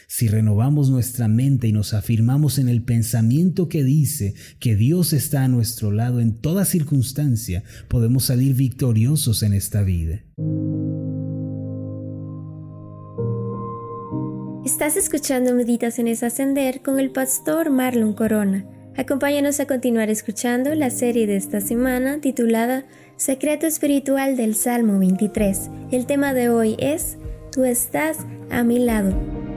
Si renovamos nuestra mente y nos afirmamos en el pensamiento que dice que Dios está a nuestro lado en toda circunstancia, podemos salir victoriosos en esta vida. Estás escuchando Meditaciones Ascender con el pastor Marlon Corona. Acompáñanos a continuar escuchando la serie de esta semana titulada Secreto Espiritual del Salmo 23. El tema de hoy es Tú estás a mi lado.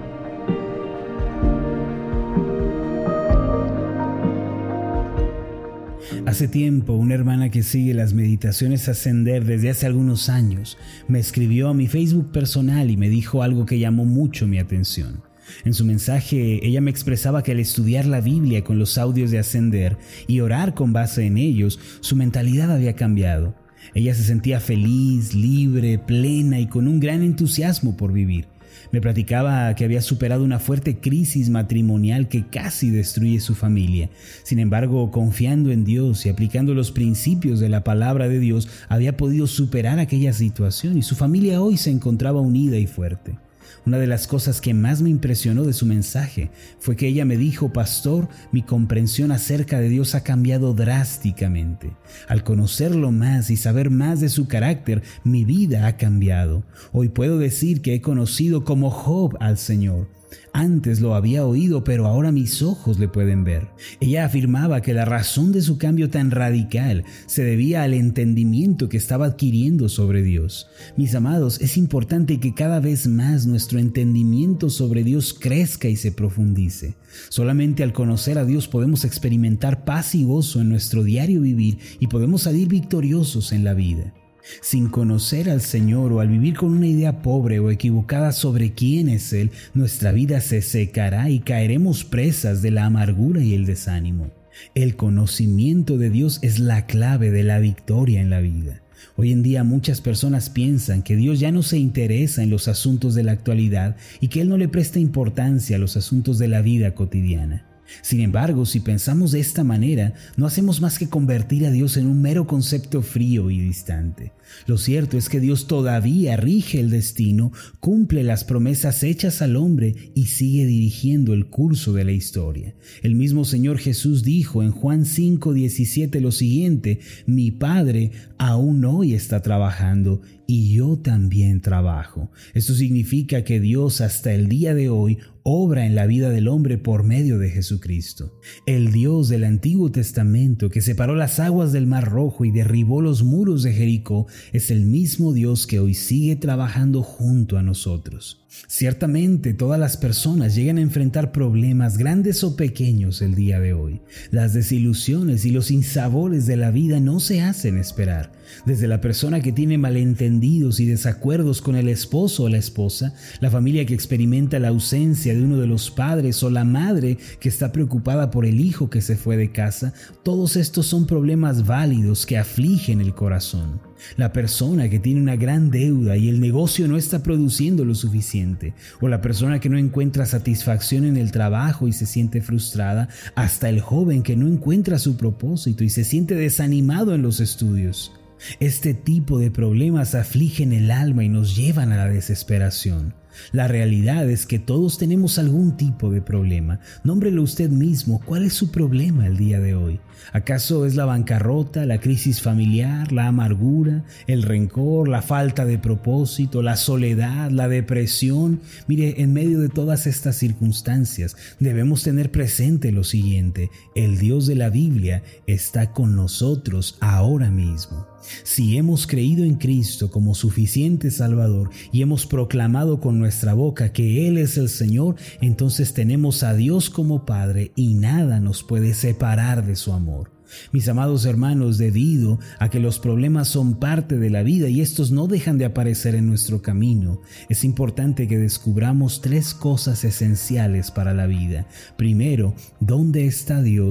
Hace tiempo, una hermana que sigue las Meditaciones Ascender desde hace algunos años me escribió a mi Facebook personal y me dijo algo que llamó mucho mi atención. En su mensaje, ella me expresaba que al estudiar la Biblia con los audios de Ascender y orar con base en ellos, su mentalidad había cambiado. Ella se sentía feliz, libre, plena y con un gran entusiasmo por vivir. Me platicaba que había superado una fuerte crisis matrimonial que casi destruye su familia. Sin embargo, confiando en Dios y aplicando los principios de la palabra de Dios, había podido superar aquella situación y su familia hoy se encontraba unida y fuerte. Una de las cosas que más me impresionó de su mensaje fue que ella me dijo: pastor, mi comprensión acerca de Dios ha cambiado drásticamente. Al conocerlo más y saber más de su carácter, mi vida ha cambiado. Hoy puedo decir que he conocido como Job al Señor. Antes lo había oído, pero ahora mis ojos le pueden ver. Ella afirmaba que la razón de su cambio tan radical se debía al entendimiento que estaba adquiriendo sobre Dios. Mis amados, es importante que cada vez más nuestro entendimiento sobre Dios crezca y se profundice. Solamente al conocer a Dios podemos experimentar paz y gozo en nuestro diario vivir y podemos salir victoriosos en la vida. Sin conocer al Señor o al vivir con una idea pobre o equivocada sobre quién es Él, nuestra vida se secará y caeremos presas de la amargura y el desánimo. El conocimiento de Dios es la clave de la victoria en la vida. Hoy en día muchas personas piensan que Dios ya no se interesa en los asuntos de la actualidad y que Él no le presta importancia a los asuntos de la vida cotidiana. Sin embargo, si pensamos de esta manera, no hacemos más que convertir a Dios en un mero concepto frío y distante. Lo cierto es que Dios todavía rige el destino, cumple las promesas hechas al hombre y sigue dirigiendo el curso de la historia. El mismo Señor Jesús dijo en Juan 5:17 lo siguiente: mi Padre aún hoy está trabajando y yo también trabajo. Esto significa que Dios hasta el día de hoy obra en la vida del hombre por medio de Jesucristo. El Dios del Antiguo Testamento que separó las aguas del Mar Rojo y derribó los muros de Jericó es el mismo Dios que hoy sigue trabajando junto a nosotros. Ciertamente todas las personas llegan a enfrentar problemas grandes o pequeños el día de hoy. Las desilusiones y los sinsabores de la vida no se hacen esperar. Desde la persona que tiene malentendidos y desacuerdos con el esposo o la esposa, la familia que experimenta la ausencia de uno de los padres o la madre que está preocupada por el hijo que se fue de casa, todos estos son problemas válidos que afligen el corazón. La persona que tiene una gran deuda y el negocio no está produciendo lo suficiente, o la persona que no encuentra satisfacción en el trabajo y se siente frustrada, hasta el joven que no encuentra su propósito y se siente desanimado en los estudios. Este tipo de problemas afligen el alma y nos llevan a la desesperación. La realidad es que todos tenemos algún tipo de problema. Nómbrelo usted mismo. ¿Cuál es su problema el día de hoy? ¿Acaso es la bancarrota, la crisis familiar, la amargura, el rencor, la falta de propósito, la soledad, la depresión? Mire, en medio de todas estas circunstancias debemos tener presente lo siguiente: el Dios de la Biblia está con nosotros ahora mismo. Si hemos creído en Cristo como suficiente Salvador y hemos proclamado con nuestra boca que Él es el Señor, entonces tenemos a Dios como Padre y nada nos puede separar de su amor. Mis amados hermanos, debido a que los problemas son parte de la vida y estos no dejan de aparecer en nuestro camino, es importante que descubramos 3 cosas esenciales para la vida. Primero, ¿dónde está Dios?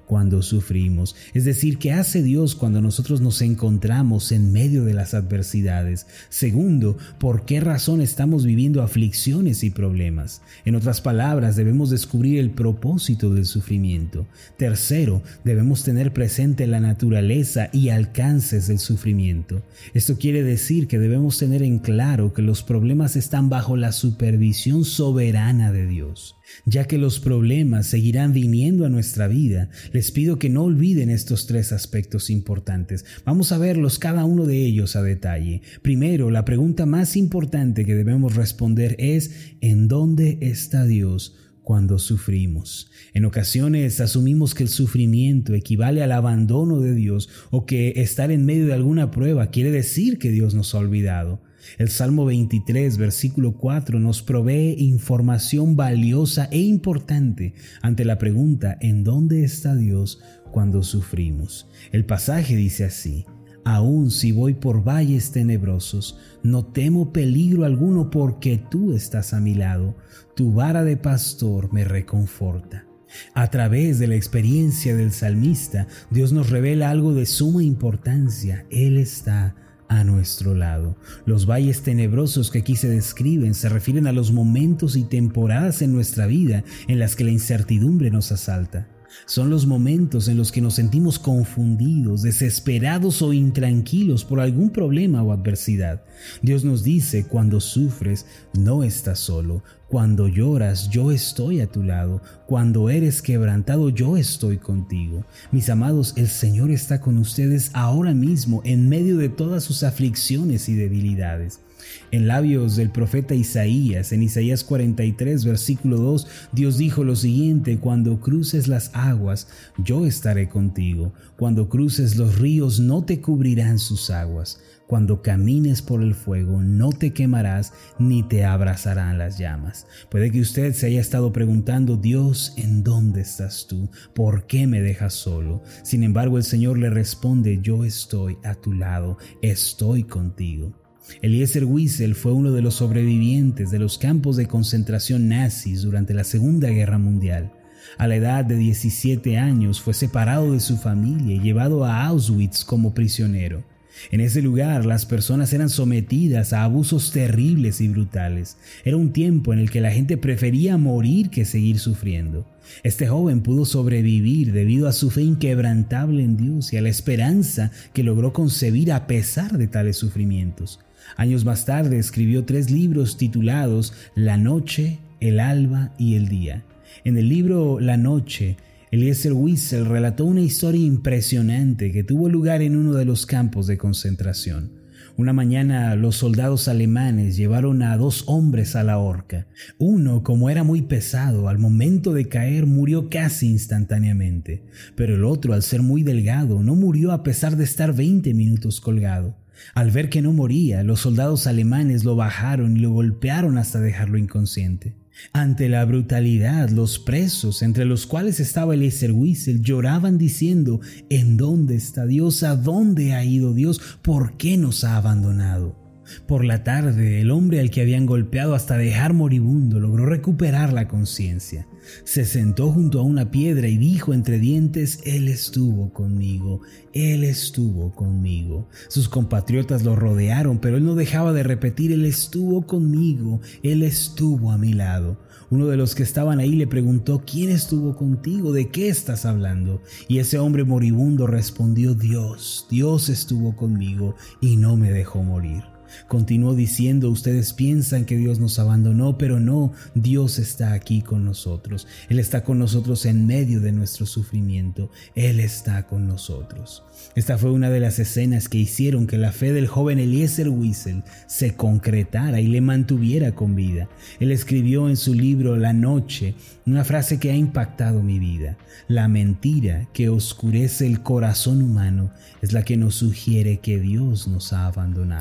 cuando sufrimos. Es decir, ¿qué hace Dios cuando nosotros nos encontramos en medio de las adversidades? Segundo, ¿por qué razón estamos viviendo aflicciones y problemas? En otras palabras, debemos descubrir el propósito del sufrimiento. Tercero, debemos tener presente la naturaleza y alcances del sufrimiento. Esto quiere decir que debemos tener en claro que los problemas están bajo la supervisión soberana de Dios. Ya que los problemas seguirán viniendo a nuestra vida, les pido que no olviden estos tres aspectos importantes. Vamos a verlos cada uno de ellos a detalle. Primero, la pregunta más importante que debemos responder es: ¿en dónde está Dios cuando sufrimos? En ocasiones asumimos que el sufrimiento equivale al abandono de Dios o que estar en medio de alguna prueba quiere decir que Dios nos ha olvidado. El Salmo 23, versículo 4 nos provee información valiosa e importante ante la pregunta ¿en dónde está Dios cuando sufrimos? El pasaje dice así: aun si voy por valles tenebrosos, no temo peligro alguno porque tú estás a mi lado, tu vara de pastor me reconforta. A través de la experiencia del salmista, Dios nos revela algo de suma importancia: Él está a nuestro lado. Los valles tenebrosos que aquí se describen se refieren a los momentos y temporadas en nuestra vida en las que la incertidumbre nos asalta. Son los momentos en los que nos sentimos confundidos, desesperados o intranquilos por algún problema o adversidad. Dios nos dice: cuando sufres, no estás solo. Cuando lloras, yo estoy a tu lado. Cuando eres quebrantado, yo estoy contigo. Mis amados, el Señor está con ustedes ahora mismo en medio de todas sus aflicciones y debilidades. En labios del profeta Isaías, en Isaías 43, versículo 2, Dios dijo lo siguiente: cuando cruces las aguas, yo estaré contigo. Cuando cruces los ríos, no te cubrirán sus aguas. Cuando camines por el fuego, no te quemarás ni te abrazarán las llamas. Puede que usted se haya estado preguntando: Dios, ¿en dónde estás tú? ¿Por qué me dejas solo? Sin embargo, el Señor le responde: yo estoy a tu lado, estoy contigo. Eliezer Wiesel fue uno de los sobrevivientes de los campos de concentración nazis durante la Segunda Guerra Mundial. A la edad de 17 años fue separado de su familia y llevado a Auschwitz como prisionero. En ese lugar las personas eran sometidas a abusos terribles y brutales. Era un tiempo en el que la gente prefería morir que seguir sufriendo. Este joven pudo sobrevivir debido a su fe inquebrantable en Dios y a la esperanza que logró concebir a pesar de tales sufrimientos. Años más tarde escribió 3 libros titulados La noche, el alba y el día. En el libro La noche, Eliezer Wiesel relató una historia impresionante que tuvo lugar en uno de los campos de concentración. Una mañana los soldados alemanes llevaron a 2 hombres a la horca. Uno, como era muy pesado, al momento de caer murió casi instantáneamente, pero el otro, al ser muy delgado, no murió a pesar de estar 20 minutos colgado. Al ver que no moría, los soldados alemanes lo bajaron y lo golpearon hasta dejarlo inconsciente. Ante la brutalidad, los presos, entre los cuales estaba Eliezer Wiesel, lloraban diciendo: ¿en dónde está Dios? ¿A dónde ha ido Dios? ¿Por qué nos ha abandonado? Por la tarde, el hombre al que habían golpeado hasta dejar moribundo logró recuperar la conciencia. Se sentó junto a una piedra y dijo entre dientes: Él estuvo conmigo, Él estuvo conmigo. Sus compatriotas lo rodearon, pero él no dejaba de repetir: Él estuvo conmigo, Él estuvo a mi lado. Uno de los que estaban ahí le preguntó: ¿quién estuvo contigo? ¿De qué estás hablando? Y ese hombre moribundo respondió: Dios estuvo conmigo y no me dejó morir. Continuó diciendo: ustedes piensan que Dios nos abandonó, pero no, Dios está aquí con nosotros. Él está con nosotros en medio de nuestro sufrimiento. Él está con nosotros. Esta fue una de las escenas que hicieron que la fe del joven Eliezer Wiesel se concretara y le mantuviera con vida. Él escribió en su libro La noche una frase que ha impactado mi vida: la mentira que oscurece el corazón humano es la que nos sugiere que Dios nos ha abandonado.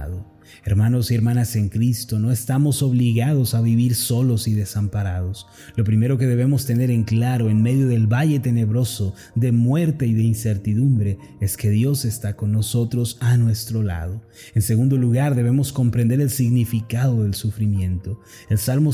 Hermanos y hermanas en Cristo, no estamos obligados a vivir solos y desamparados. Lo primero que debemos tener en claro en medio del valle tenebroso de muerte y de incertidumbre es que Dios está con nosotros a nuestro lado. En segundo lugar, debemos comprender el significado del sufrimiento. El Salmo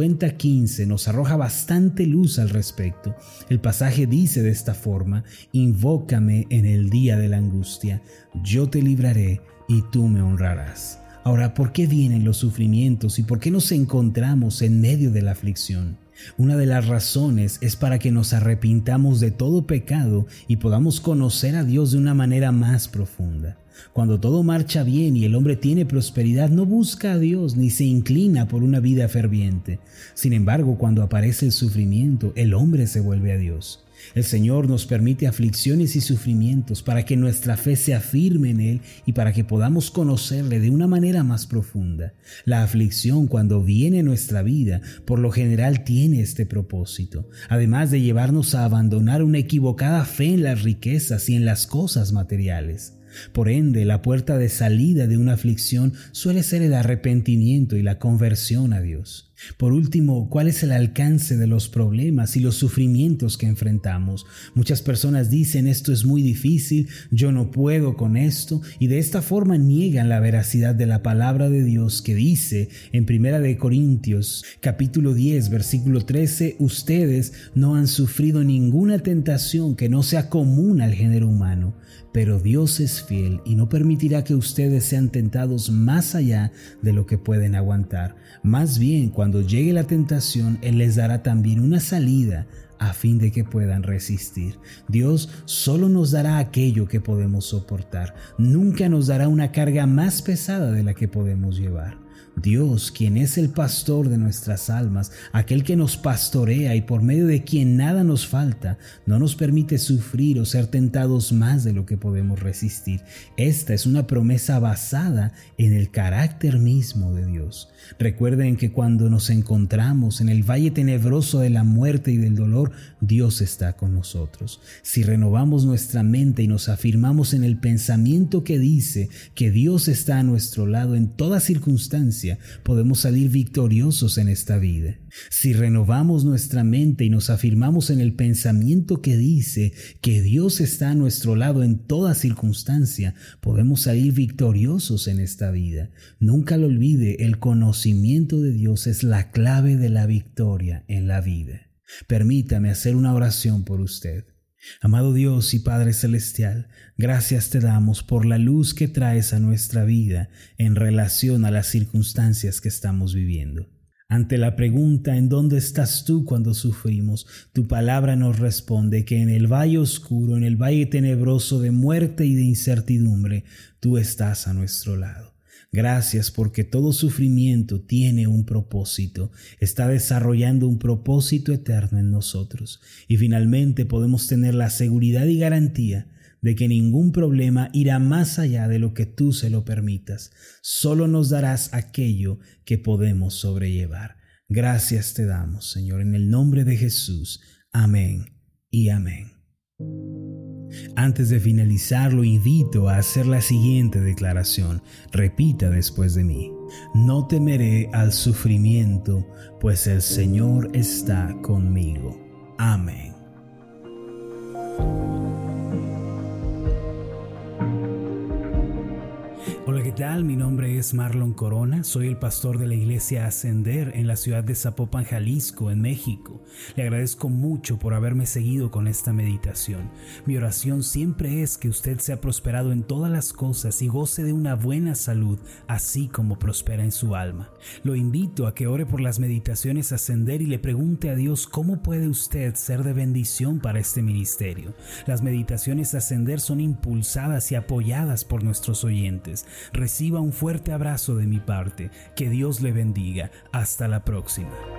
50:15 nos arroja bastante luz al respecto. El pasaje dice de esta forma: invócame en el día de la angustia, yo te libraré y tú me honrarás. Ahora, ¿por qué vienen los sufrimientos y por qué nos encontramos en medio de la aflicción? Una de las razones es para que nos arrepintamos de todo pecado y podamos conocer a Dios de una manera más profunda. Cuando todo marcha bien y el hombre tiene prosperidad, no busca a Dios ni se inclina por una vida ferviente. Sin embargo, cuando aparece el sufrimiento, el hombre se vuelve a Dios. El Señor nos permite aflicciones y sufrimientos para que nuestra fe se afirme en Él y para que podamos conocerle de una manera más profunda. La aflicción, cuando viene en nuestra vida, por lo general tiene este propósito, además de llevarnos a abandonar una equivocada fe en las riquezas y en las cosas materiales. Por ende, la puerta de salida de una aflicción suele ser el arrepentimiento y la conversión a Dios. Por último, ¿cuál es el alcance de los problemas y los sufrimientos que enfrentamos? Muchas personas dicen: esto es muy difícil, yo no puedo con esto, y de esta forma niegan la veracidad de la palabra de Dios que dice en 1 Corintios capítulo 10 versículo 13: ustedes no han sufrido ninguna tentación que no sea común al género humano, pero Dios es fiel y no permitirá que ustedes sean tentados más allá de lo que pueden aguantar. Más bien, cuando llegue la tentación, Él les dará también una salida a fin de que puedan resistir. Dios solo nos dará aquello que podemos soportar. Nunca nos dará una carga más pesada de la que podemos llevar. Dios, quien es el pastor de nuestras almas, aquel que nos pastorea y por medio de quien nada nos falta, no nos permite sufrir o ser tentados más de lo que podemos resistir. Esta es una promesa basada en el carácter mismo de Dios. Recuerden que cuando nos encontramos en el valle tenebroso de la muerte y del dolor, Dios está con nosotros. Si renovamos nuestra mente y nos afirmamos en el pensamiento que dice que Dios está a nuestro lado en toda circunstancia, podemos salir victoriosos en esta vida. Si renovamos nuestra mente y nos afirmamos en el pensamiento que dice que Dios está a nuestro lado en toda circunstancia, podemos salir victoriosos en esta vida. Nunca lo olvide, el conocimiento de Dios es la clave de la victoria en la vida. Permítame hacer una oración por usted. Amado Dios y Padre Celestial, gracias te damos por la luz que traes a nuestra vida en relación a las circunstancias que estamos viviendo. Ante la pregunta ¿en dónde estás tú cuando sufrimos?, tu palabra nos responde que en el valle oscuro, en el valle tenebroso de muerte y de incertidumbre, tú estás a nuestro lado. Gracias porque todo sufrimiento tiene un propósito, está desarrollando un propósito eterno en nosotros. Y finalmente podemos tener la seguridad y garantía de que ningún problema irá más allá de lo que tú se lo permitas. Solo nos darás aquello que podemos sobrellevar. Gracias te damos, Señor, en el nombre de Jesús. Amén y amén. Antes de finalizar, lo invito a hacer la siguiente declaración. Repita después de mí: no temeré al sufrimiento, pues el Señor está conmigo. Amén. Hola, ¿qué tal? Mi nombre es Marlon Corona, soy el pastor de la iglesia Ascender en la ciudad de Zapopan, Jalisco, en México. Le agradezco mucho por haberme seguido con esta meditación. Mi oración siempre es que usted sea prosperado en todas las cosas y goce de una buena salud, así como prospera en su alma. Lo invito a que ore por las meditaciones Ascender y le pregunte a Dios cómo puede usted ser de bendición para este ministerio. Las meditaciones Ascender son impulsadas y apoyadas por nuestros oyentes. Reciba un fuerte abrazo de mi parte. Que Dios le bendiga. Hasta la próxima.